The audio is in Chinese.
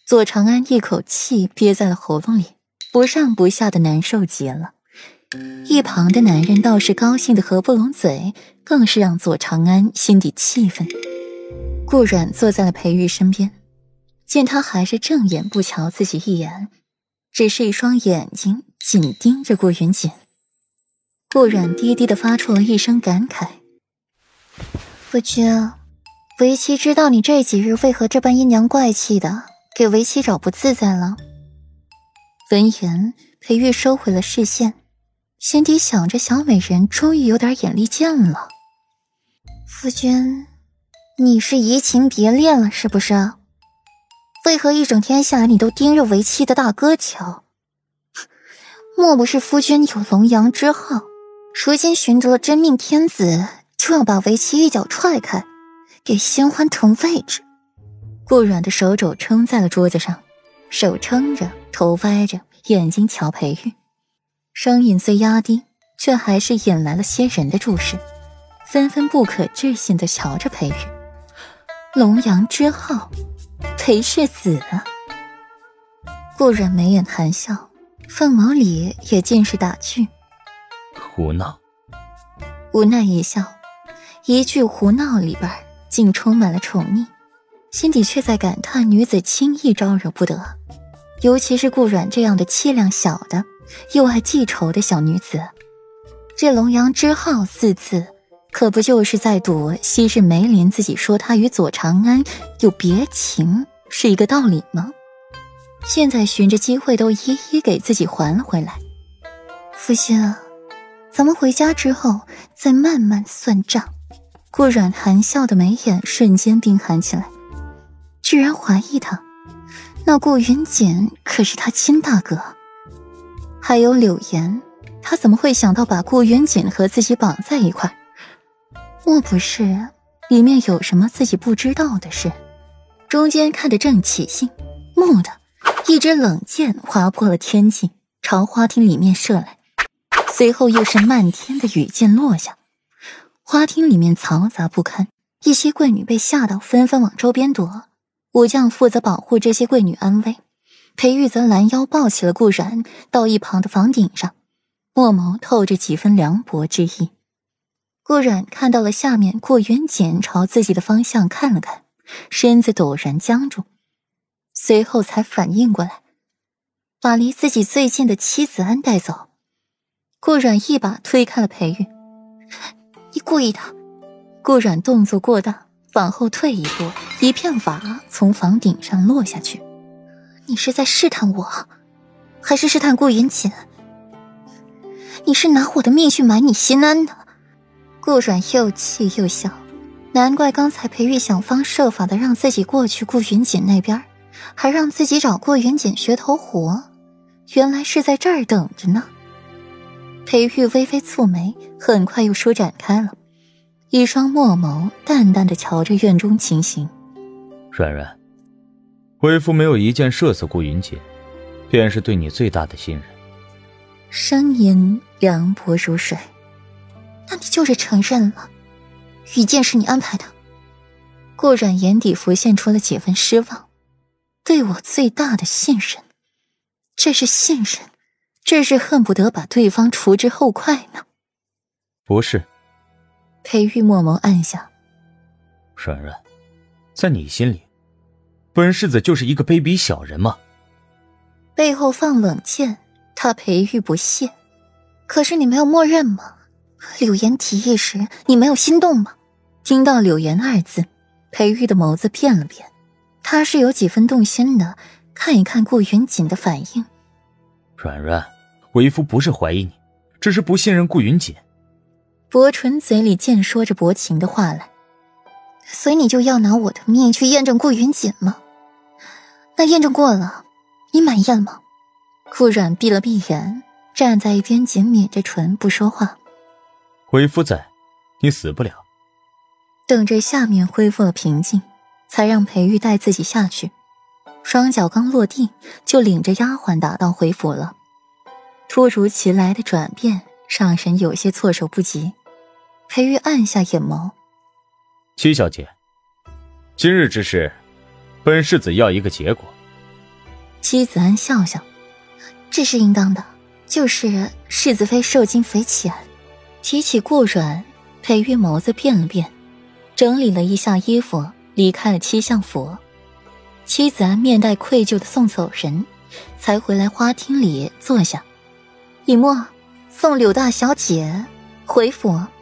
左长安一口气憋在了喉咙里，不上不下的难受极了。一旁的男人倒是高兴的合不拢嘴，更是让左长安心底气愤。顾阮坐在了裴玉身边，见他还是正眼不瞧自己一眼，只是一双眼睛紧盯着顾云锦。顾阮低低的发出了一声感慨：夫君，为妻知道你这几日为何这般阴阳怪气的，给为妻找不自在了。闻言，裴玉收回了视线，心底想着小美人终于有点眼力见了。夫君，你是移情别恋了是不是？为何一整天下来你都盯着为妻的大哥瞧？莫不是夫君有龙阳之好，如今寻得了真命天子，就要把为妻一脚踹开，给新欢腾位置？顾阮的手肘撑在了桌子上，手撑着，头歪着，眼睛瞧裴玉，声音虽压低，却还是引来了些人的注视，纷纷不可置信地瞧着裴玉。龙阳之好，裴世子啊！顾阮眉眼含笑，凤眸里也尽是打趣。 胡闹。 无奈一笑，一句胡闹里边竟充满了宠溺，心底却在感叹女子轻易招惹不得，尤其是顾阮这样的气量小的又爱记仇的小女子。这龙阳之好4字，可不就是在赌昔日梅林自己说他与左长安有别情是一个道理吗？现在寻着机会都一一给自己还了回来。夫君啊，咱们回家之后再慢慢算账。顾阮含笑的眉眼瞬间冰寒起来，居然怀疑他，那顾云锦可是他亲大哥。还有柳岩，他怎么会想到把顾云锦和自己绑在一块？莫不是里面有什么自己不知道的事？中间看得正起兴，蓦地一支冷箭划破了天际，朝花厅里面射来，随后又是漫天的雨箭落下。花厅里面嘈杂不堪，一些贵女被吓到纷纷往周边躲，武将负责保护这些贵女安危，裴玉则拦腰抱起了顾阮到一旁的房顶上，墨眸透着几分凉薄之意。顾阮看到了下面顾云锦朝自己的方向看了看，身子陡然僵住，随后才反应过来，把离自己最近的妻子安带走。顾阮一把推开了裴玉：你故意的！顾阮动作过大，往后退一步，一片瓦从房顶上落下去。你是在试探我，还是试探顾云锦？你是拿我的命去买你心安的？顾阮又气又笑，难怪刚才裴玉想方设法的让自己过去顾云锦那边，还让自己找顾云锦学头活，原来是在这儿等着呢。裴玉微微蹙眉，很快又舒展开了，一双墨眸淡淡的瞧着院中情形。 软软，为夫没有一箭射死顾云锦，便是对你最大的信任。 声音凉薄如水。那你就是承认了，羽箭是你安排的。顾阮眼底浮现出了几分失望，对我最大的信任，这是信任，这是恨不得把对方除之后快呢。 不是。 裴玉默眸暗下， 软软，在你心里，本世子就是一个卑鄙小人吗？ 背后放冷箭，他裴玉不屑。可是你没有默认吗？柳岩提议时，你没有心动吗？听到柳岩2字，裴玉的眸子变了变，他是有几分动心的，看一看顾云锦的反应。 软软，为夫不是怀疑你，只是不信任顾云锦。 薄唇嘴里渐说着薄情的话来。所以你就要拿我的命去验证顾云锦吗？那验证过了，你满意了吗？顾阮闭了闭眼，站在一边紧抿着唇不说话。 为夫在，你死不了。 等着下面恢复了平静，才让裴玉带自己下去。双脚刚落地，就领着丫鬟打道回府了。突如其来的转变让人有些措手不及。裴玉暗下眼眸， 七小姐，今日之事，本世子要一个结果， 姬子安笑笑，这是应当的，就是世子妃受惊匪浅。提起顾阮，裴玉眸子变了变，整理了一下衣服，离开了七相府。妻子安面带愧疚的送走人，才回来花厅里坐下。以沫，送柳大小姐回府。